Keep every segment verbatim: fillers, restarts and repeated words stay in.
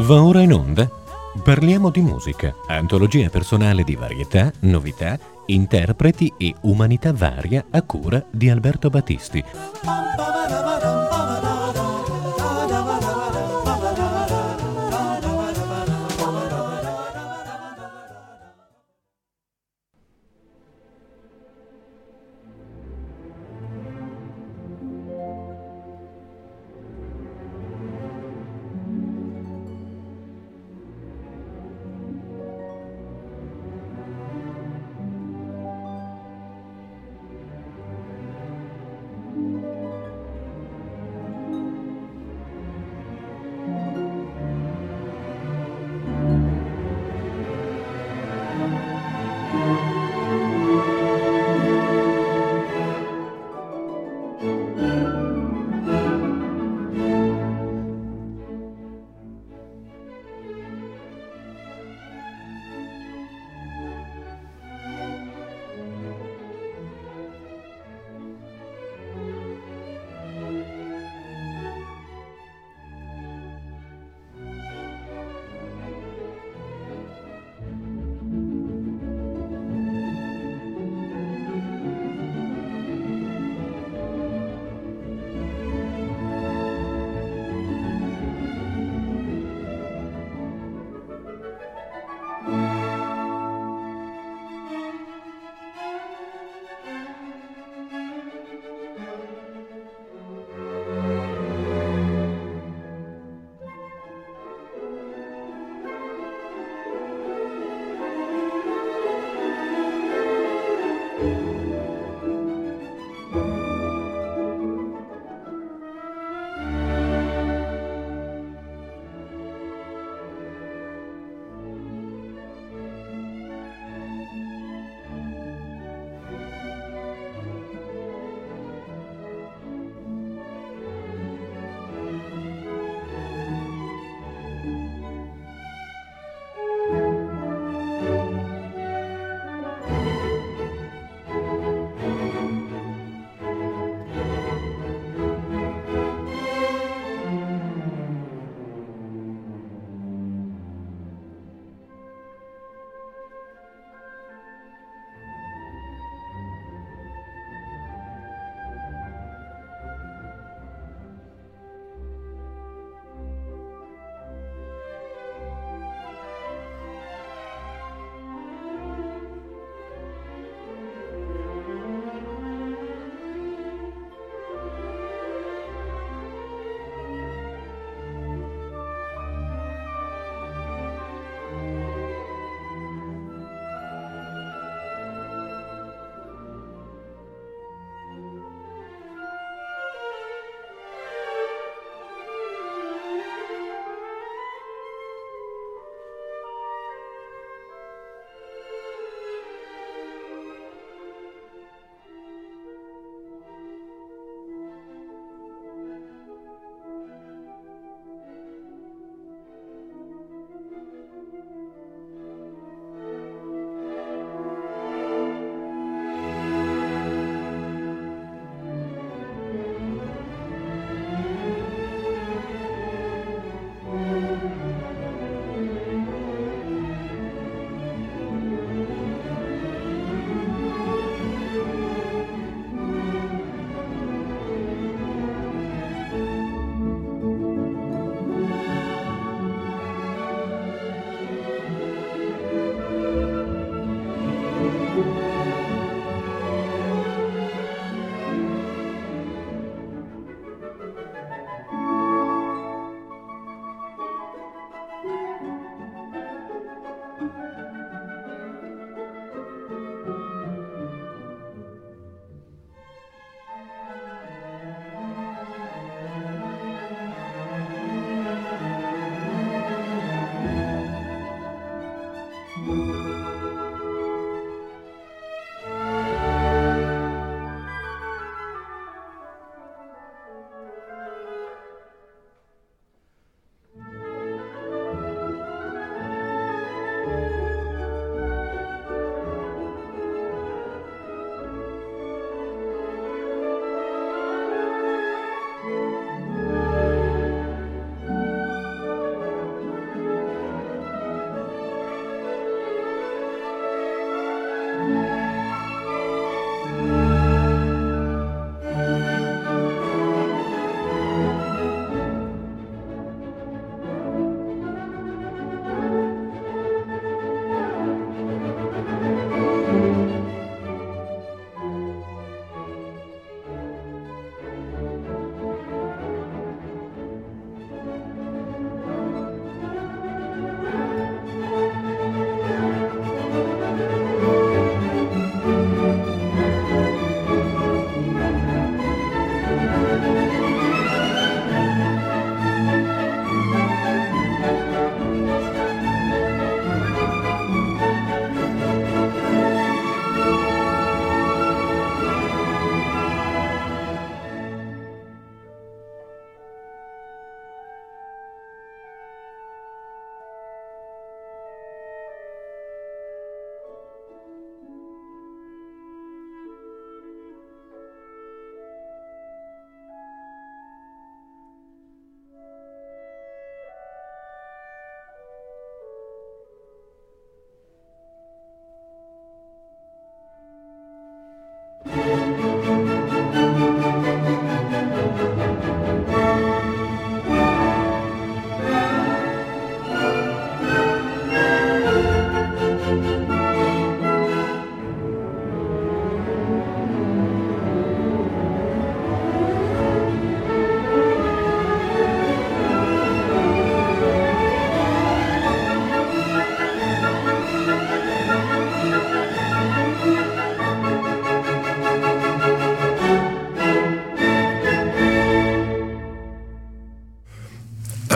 Va ora in onda Parliamo di musica, antologia personale di varietà, novità, interpreti e umanità varia a cura di Alberto Battisti.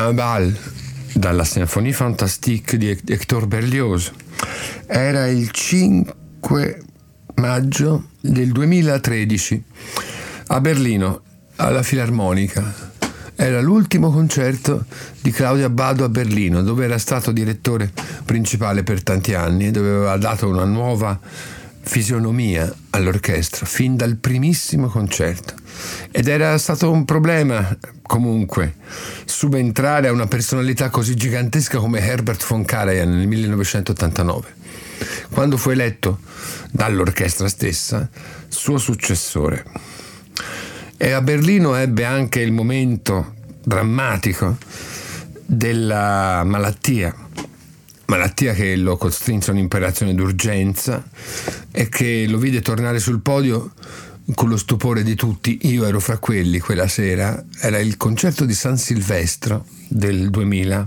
Un bal dalla Symphonie Fantastique di Hector Berlioz. Era il cinque maggio del duemilatredici a Berlino, alla Filarmonica. Era l'ultimo concerto di Claudio Abbado a Berlino, dove era stato direttore principale per tanti anni e dove aveva dato una nuova fisionomia all'orchestra fin dal primissimo concerto. Ed era stato un problema comunque subentrare a una personalità così gigantesca come Herbert von Karajan nel millenovecentottantanove, quando fu eletto dall'orchestra stessa suo successore. E a Berlino ebbe anche il momento drammatico della malattia malattia che lo costrinse a un'operazione d'urgenza e che lo vide tornare sul podio con lo stupore di tutti. Io ero fra quelli quella sera. Era il concerto di San Silvestro del duemila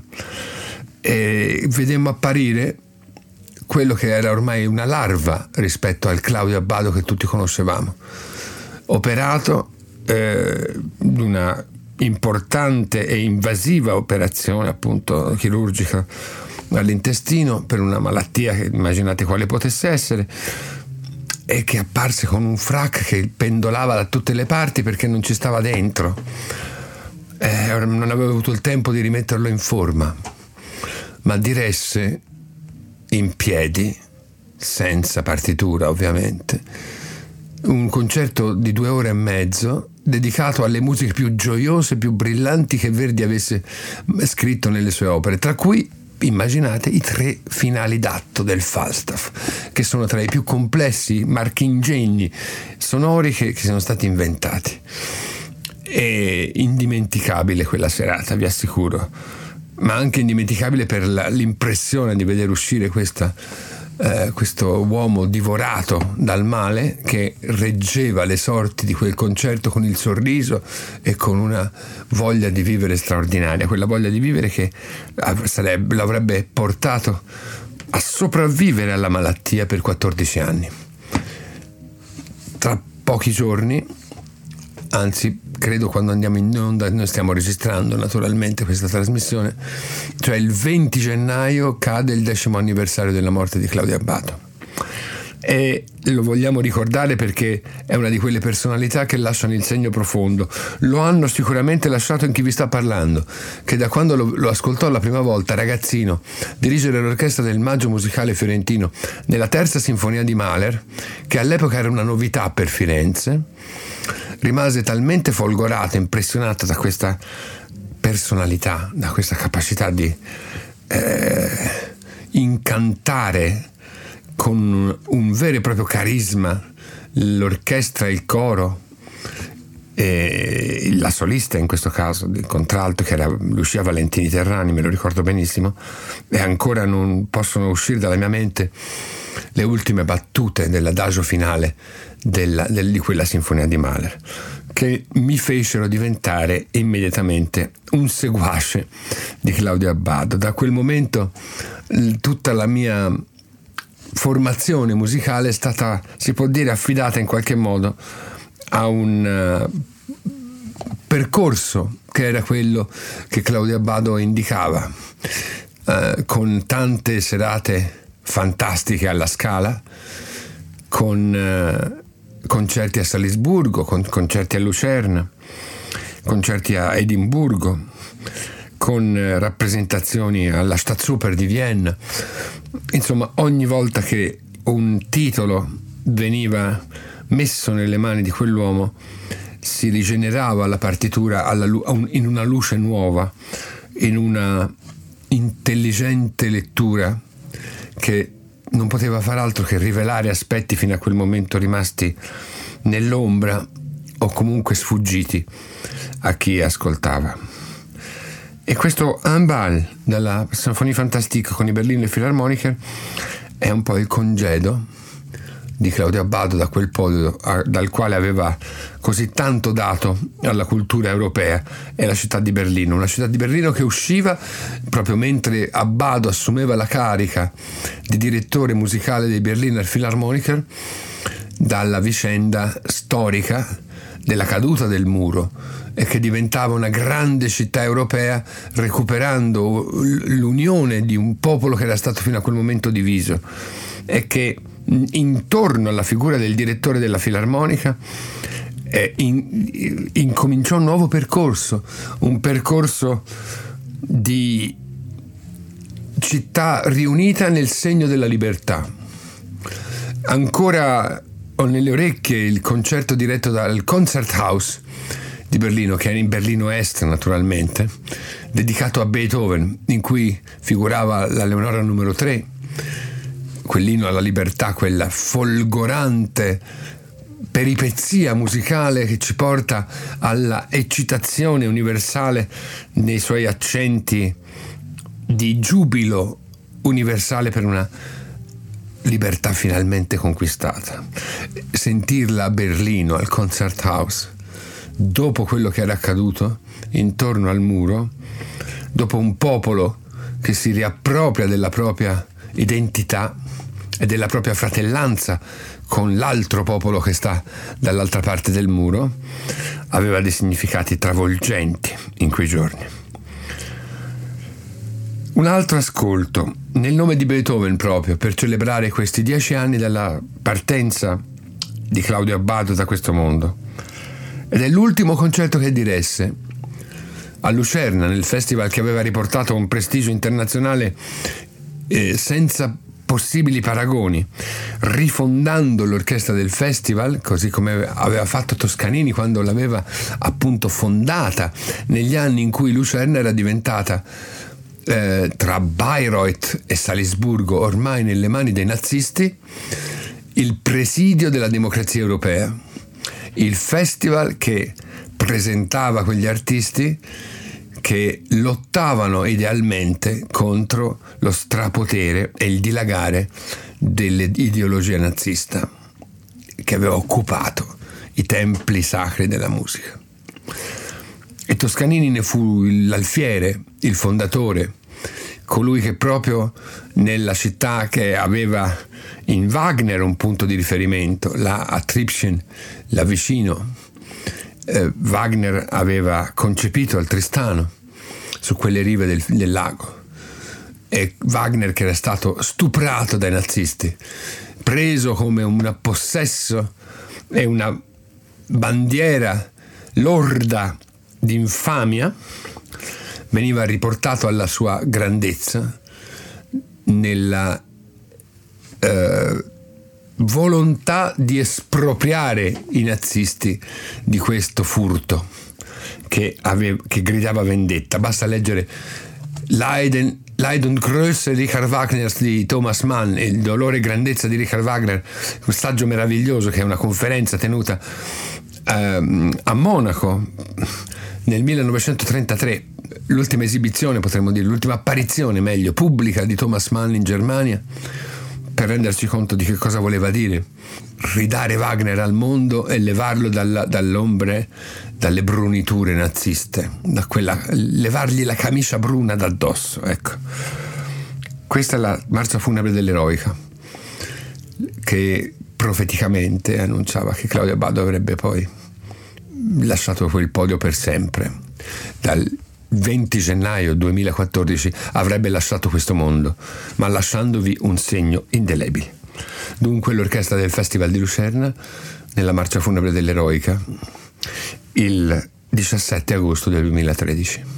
e vedemmo apparire quello che era ormai una larva rispetto al Claudio Abbado che tutti conoscevamo, operato eh, di una importante e invasiva operazione appunto chirurgica all'intestino per una malattia che immaginate quale potesse essere, e che apparse con un frac che pendolava da tutte le parti perché non ci stava dentro. Eh, non avevo avuto il tempo di rimetterlo in forma, ma diresse in piedi, senza partitura ovviamente, un concerto di due ore e mezzo dedicato alle musiche più gioiose, più brillanti che Verdi avesse scritto nelle sue opere, tra cui immaginate i tre finali d'atto del Falstaff, che sono tra i più complessi marchingegni sonori che, che sono stati inventati. È indimenticabile quella serata, vi assicuro, ma anche indimenticabile per la, l'impressione di vedere uscire questa, eh, questo uomo divorato dal male che reggeva le sorti di quel concerto con il sorriso e con una voglia di vivere straordinaria, quella voglia di vivere che sarebbe, l'avrebbe portato a sopravvivere alla malattia per quattordici anni. Tra pochi giorni, anzi credo quando andiamo in onda, noi stiamo registrando naturalmente questa trasmissione, cioè il venti gennaio cade il decimo anniversario della morte di Claudio Abbado, e lo vogliamo ricordare perché è una di quelle personalità che lasciano il segno profondo. Lo hanno sicuramente lasciato in chi vi sta parlando, che da quando lo, lo ascoltò la prima volta ragazzino dirigere l'orchestra del Maggio Musicale Fiorentino nella terza sinfonia di Mahler, che all'epoca era una novità per Firenze, rimase talmente folgorato, impressionato da questa personalità, da questa capacità di eh, incantare con un vero e proprio carisma l'orchestra e il coro, e la solista in questo caso del contralto, che era Lucia Valentini Terrani, me lo ricordo benissimo, e ancora non possono uscire dalla mia mente le ultime battute dell'adagio finale della, del, di quella sinfonia di Mahler, che mi fecero diventare immediatamente un seguace di Claudio Abbado. Da quel momento tutta la mia formazione musicale è stata, si può dire, affidata in qualche modo a un uh, percorso che era quello che Claudio Abbado indicava, uh, con tante serate fantastiche alla Scala, con uh, concerti a Salisburgo, con concerti a Lucerna, concerti a Edimburgo, con uh, rappresentazioni alla Staatsoper di Vienna. Insomma, ogni volta che un titolo veniva messo nelle mani di quell'uomo si rigenerava la partitura alla, in una luce nuova, in una intelligente lettura che non poteva far altro che rivelare aspetti fino a quel momento rimasti nell'ombra o comunque sfuggiti a chi ascoltava. E questo Un bal dalla Symphonie Fantastique con i Berliner Philharmoniker è un po' il congedo di Claudio Abbado da quel podio dal quale aveva così tanto dato alla cultura europea. È la città di Berlino, una città di Berlino che usciva proprio mentre Abbado assumeva la carica di direttore musicale dei Berliner Philharmoniker dalla vicenda storica della caduta del muro e che diventava una grande città europea, recuperando l'unione di un popolo che era stato fino a quel momento diviso, e che intorno alla figura del direttore della Filarmonica eh, in, incominciò un nuovo percorso, un percorso di città riunita nel segno della libertà. Ancora ho nelle orecchie il concerto diretto dal Konzerthaus di Berlino, che era in Berlino Est naturalmente, dedicato a Beethoven, in cui figurava la Leonora numero tre, quell'inno alla libertà, quella folgorante peripezia musicale che ci porta alla eccitazione universale nei suoi accenti di giubilo universale per una libertà finalmente conquistata. Sentirla a Berlino al Konzerthaus, dopo quello che era accaduto intorno al muro, dopo un popolo che si riappropria della propria identità e della propria fratellanza con l'altro popolo che sta dall'altra parte del muro, aveva dei significati travolgenti in quei giorni. Un altro ascolto, nel nome di Beethoven proprio, per celebrare questi dieci anni dalla partenza di Claudio Abbado da questo mondo. Ed è l'ultimo concerto che diresse a Lucerna, nel festival che aveva riportato un prestigio internazionale eh, senza possibili paragoni, rifondando l'orchestra del festival, così come aveva fatto Toscanini quando l'aveva appunto fondata negli anni in cui Lucerna era diventata eh, tra Bayreuth e Salisburgo ormai nelle mani dei nazisti il presidio della democrazia europea, il festival che presentava quegli artisti che lottavano idealmente contro lo strapotere e il dilagare dell'ideologia nazista che aveva occupato i templi sacri della musica. E Toscanini ne fu l'alfiere, il fondatore, colui che proprio nella città che aveva in Wagner un punto di riferimento, là a Tribschen, là vicino, eh, Wagner aveva concepito il Tristano su quelle rive del, del lago, e Wagner, che era stato stuprato dai nazisti, preso come un possesso e una bandiera lorda di infamia, veniva riportato alla sua grandezza nella eh, volontà di espropriare i nazisti di questo furto che, aveva, che gridava vendetta. Basta leggere Leiden, Leid und Größe di Richard Wagner di Thomas Mann, il dolore e grandezza di Richard Wagner, un saggio meraviglioso che è una conferenza tenuta ehm, a Monaco nel millenovecentotrentatré, l'ultima esibizione, potremmo dire, l'ultima apparizione, meglio, pubblica di Thomas Mann in Germania, per renderci conto di che cosa voleva dire ridare Wagner al mondo e levarlo dalla, dall'ombre, dalle bruniture naziste, da quella, levargli la camicia bruna d'addosso. Ecco, questa è la marcia funebre dell'eroica, che profeticamente annunciava che Claudio Abbado avrebbe poi lasciato quel podio per sempre. Dal venti gennaio duemilaquattordici avrebbe lasciato questo mondo, ma lasciandovi un segno indelebile. Dunque l'orchestra del Festival di Lucerna nella marcia funebre dell'eroica il diciassette agosto del duemilatredici.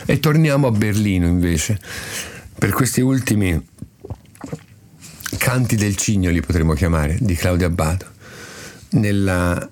E torniamo a Berlino invece, per questi ultimi canti del cigno, li potremmo chiamare, di Claudio Abbado, nella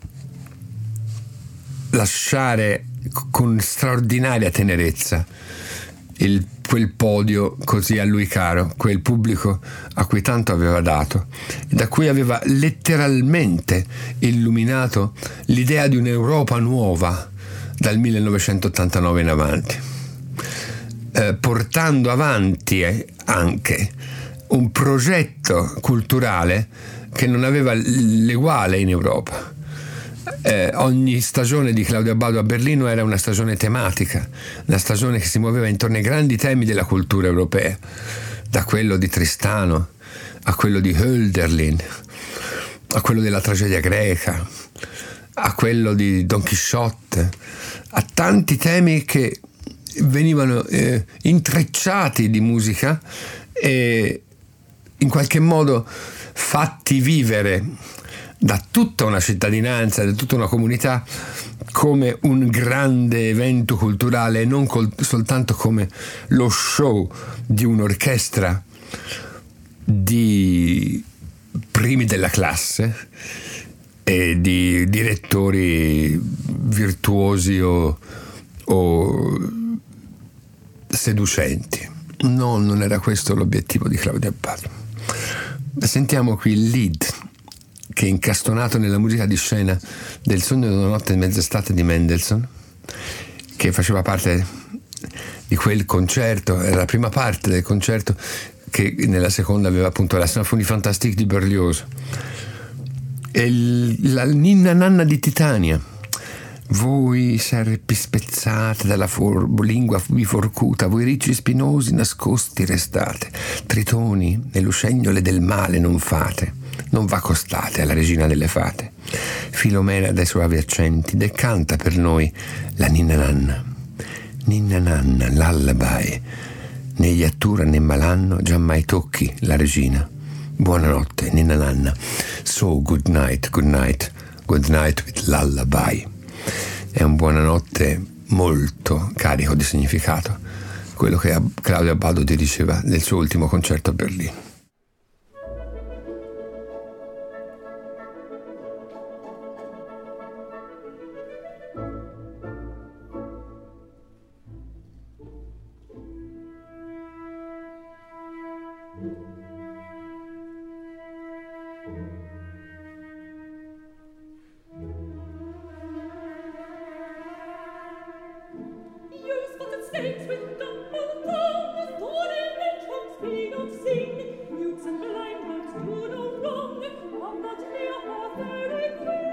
lasciare con straordinaria tenerezza il, quel podio così a lui caro, quel pubblico a cui tanto aveva dato, da cui aveva letteralmente illuminato l'idea di un'Europa nuova dal millenovecentottantanove in avanti, eh, portando avanti eh, anche un progetto culturale che non aveva l'eguale in Europa. Eh, ogni stagione di Claudio Abbado a Berlino era una stagione tematica, una stagione che si muoveva intorno ai grandi temi della cultura europea, da quello di Tristano a quello di Hölderlin, a quello della tragedia greca, a quello di Don Chisciotte, a tanti temi che venivano eh, intrecciati di musica e in qualche modo fatti vivere da tutta una cittadinanza, da tutta una comunità, come un grande evento culturale e non col- soltanto come lo show di un'orchestra di primi della classe e di direttori virtuosi o, o seducenti. No, non era questo l'obiettivo di Claudio Abbado. Sentiamo qui il lead che è incastonato nella musica di scena del Sogno di una notte in mezz'estate di Mendelssohn, che faceva parte di quel concerto, era la prima parte del concerto, che nella seconda aveva appunto la Symphonie Fantastique di Berlioz, e il, la Ninna Nanna di Titania. Voi serpi spezzate dalla for- lingua biforcuta, voi ricci spinosi nascosti restate, tritoni e lucegnole del male non fate, non v'accostate alla regina delle fate. Filomena dai suavi accenti decanta per noi la Ninna Nanna. Ninna Nanna, lullaby, né iattura né malanno giammai tocchi la regina. Buonanotte Ninna Nanna, so good night, good night, good night with lullaby. È un buonanotte molto carico di significato, quello che Claudio Abbado dirigeva nel suo ultimo concerto a Berlino. States with double tongue, thorn and hedgehogs feed on sing. Mutes and blind ones do no wrong, come not near her fairy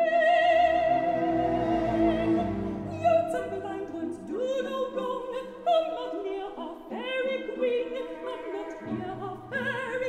queen. Mutes and blind ones do no wrong, come not near her fairy queen. Come not near her fairy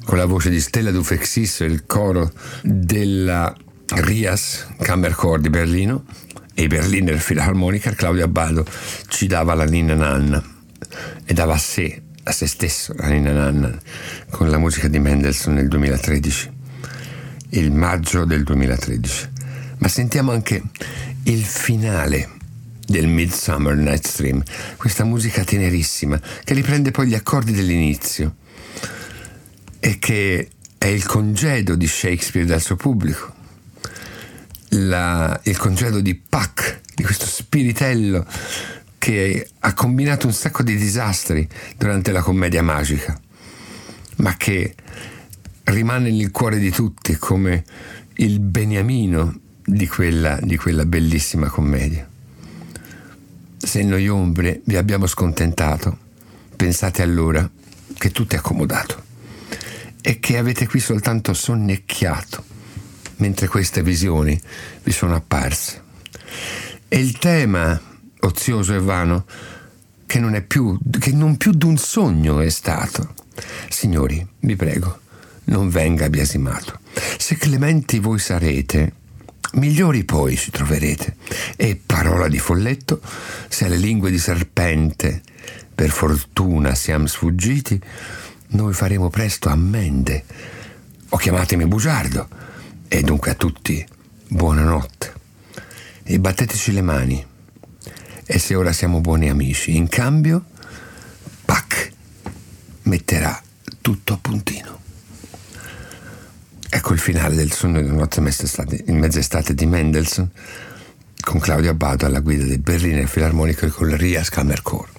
con la voce di Stella Dufexis e il coro della Rias Kammerchor di Berlino e i Berliner Philharmoniker. Claudio Abbado ci dava la ninna nanna e dava a sé, a se stesso, la ninna nanna con la musica di Mendelssohn nel duemilatredici, il maggio del duemilatredici. Ma sentiamo anche il finale del Midsummer Night's Dream, questa musica tenerissima che riprende poi gli accordi dell'inizio e che è il congedo di Shakespeare dal suo pubblico, la, il congedo di Puck, di questo spiritello che ha combinato un sacco di disastri durante la commedia magica, ma che rimane nel cuore di tutti come il beniamino di quella, di quella bellissima commedia. Se noi ombre vi abbiamo scontentato, pensate allora che tutto è accomodato e che avete qui soltanto sonnecchiato mentre queste visioni vi sono apparse. E il tema ozioso e vano che non è più, che non più d'un sogno è stato. Signori, vi prego, non venga biasimato. Se clementi voi sarete, migliori poi ci troverete. E parola di folletto, se alle lingue di serpente per fortuna siamo sfuggiti, noi faremo presto ammende, o chiamatemi bugiardo, e dunque a tutti buonanotte e batteteci le mani. E se ora siamo buoni amici, in cambio Pac metterà tutto a puntino. Ecco il finale del Sogno di una notte in mezz'estate di Mendelssohn, con Claudio Abbado alla guida del Berliner Philharmoniker con il Rias Kammerchor.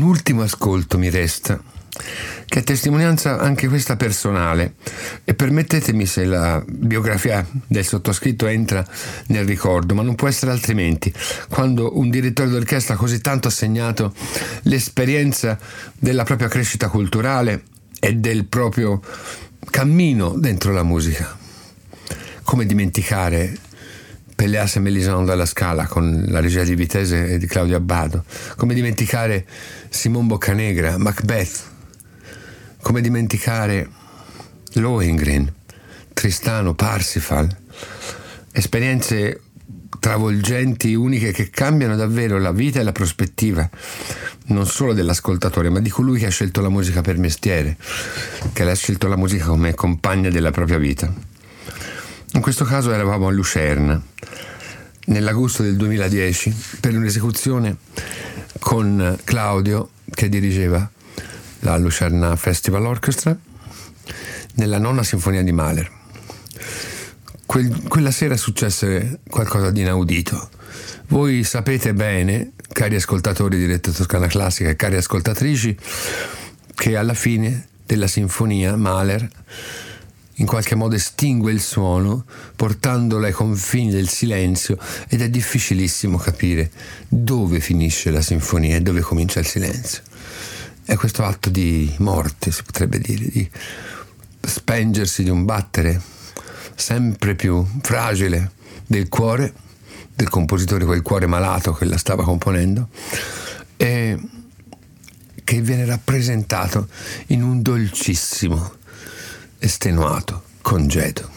ultimo ascolto mi resta, che è testimonianza anche questa personale, e permettetemi se la biografia del sottoscritto entra nel ricordo, ma non può essere altrimenti, quando un direttore d'orchestra così tanto ha segnato l'esperienza della propria crescita culturale e del proprio cammino dentro la musica. Come dimenticare Pelléas et Mélisande alla Scala con la regia di Vitese e di Claudio Abbado? Come dimenticare Simon Boccanegra, Macbeth? Come dimenticare Lohengrin, Tristano, Parsifal? Esperienze travolgenti, uniche, che cambiano davvero la vita e la prospettiva non solo dell'ascoltatore, ma di colui che ha scelto la musica per mestiere, che ha scelto la musica come compagna della propria vita. In questo caso eravamo a Lucerna nell'agosto del duemiladieci per un'esecuzione con Claudio, che dirigeva la Lucerna Festival Orchestra, nella nona sinfonia di Mahler. Quel, quella sera successe qualcosa di inaudito. Voi sapete bene, cari ascoltatori di Rete Toscana Classica e cari ascoltatrici, che alla fine della sinfonia Mahler in qualche modo estingue il suono, portandolo ai confini del silenzio, ed è difficilissimo capire dove finisce la sinfonia e dove comincia il silenzio. È questo atto di morte, si potrebbe dire, di spengersi, di un battere sempre più fragile del cuore del compositore, quel cuore malato che la stava componendo, e che viene rappresentato in un dolcissimo, estenuato congedo.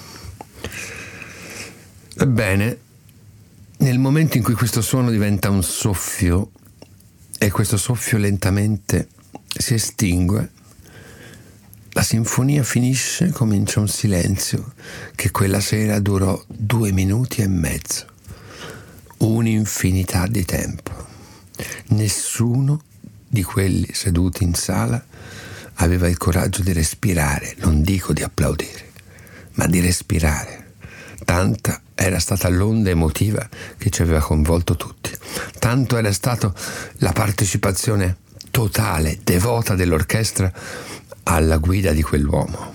Ebbene, nel momento in cui questo suono diventa un soffio e questo soffio lentamente si estingue, la sinfonia finisce, comincia un silenzio che quella sera durò due minuti e mezzo, un'infinità di tempo. Nessuno di quelli seduti in sala aveva il coraggio di respirare, non dico di applaudire, ma di respirare. Tanta era stata l'onda emotiva che ci aveva coinvolto tutti. Tanto era stata la partecipazione totale, devota dell'orchestra alla guida di quell'uomo.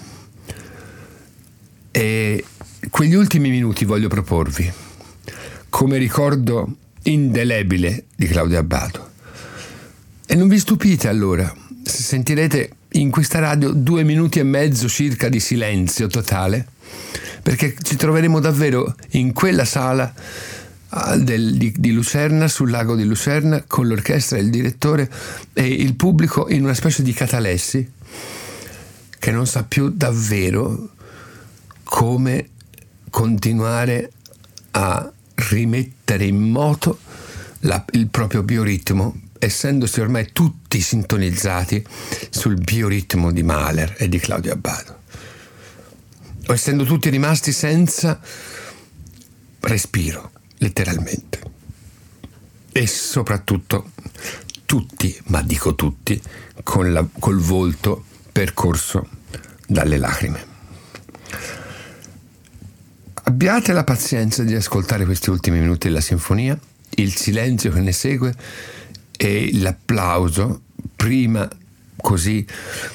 E quegli ultimi minuti voglio proporvi come ricordo indelebile di Claudio Abbado. E non vi stupite allora se sentirete in questa radio due minuti e mezzo circa di silenzio totale, perché ci troveremo davvero in quella sala del, di, di Lucerna, sul lago di Lucerna, con l'orchestra, il direttore e il pubblico in una specie di catalessi che non sa più davvero come continuare a rimettere in moto la, il proprio bioritmo, essendosi ormai tutti sintonizzati sul bioritmo di Mahler e di Claudio Abbado, o essendo tutti rimasti senza respiro, letteralmente, e soprattutto tutti, ma dico tutti, con la, col volto percorso dalle lacrime. Abbiate la pazienza di ascoltare questi ultimi minuti della sinfonia, il silenzio che ne segue e l'applauso, prima così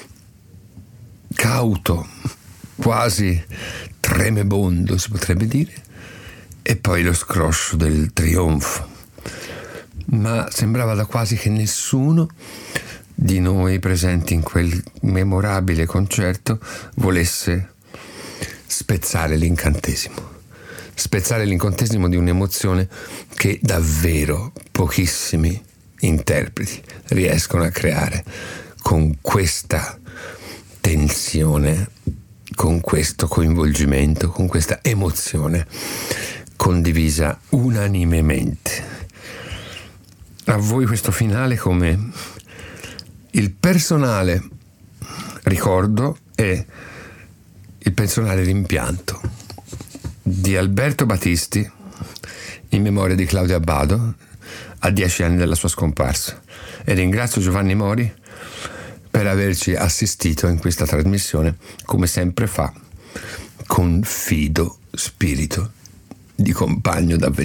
cauto, quasi tremebondo si potrebbe dire, e poi lo scroscio del trionfo. Ma sembrava da quasi che nessuno di noi presenti in quel memorabile concerto volesse spezzare l'incantesimo. Spezzare l'incantesimo di un'emozione che davvero pochissimi interpreti riescono a creare con questa tensione, con questo coinvolgimento, con questa emozione condivisa unanimemente. A voi questo finale come il personale ricordo e il personale rimpianto di Alberto Battisti in memoria di Claudio Abbado a dieci anni dalla sua scomparsa, e ringrazio Giovanni Mori per averci assistito in questa trasmissione, come sempre fa, con fido spirito di compagno d'avventure.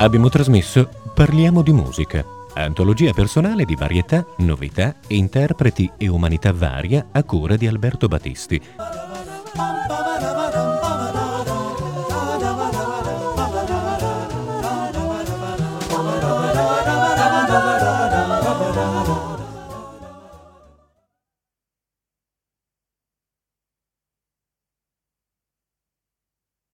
abbiamo trasmesso Parliamo di musica, antologia personale di varietà, novità, interpreti e umanità varia a cura di Alberto Battisti.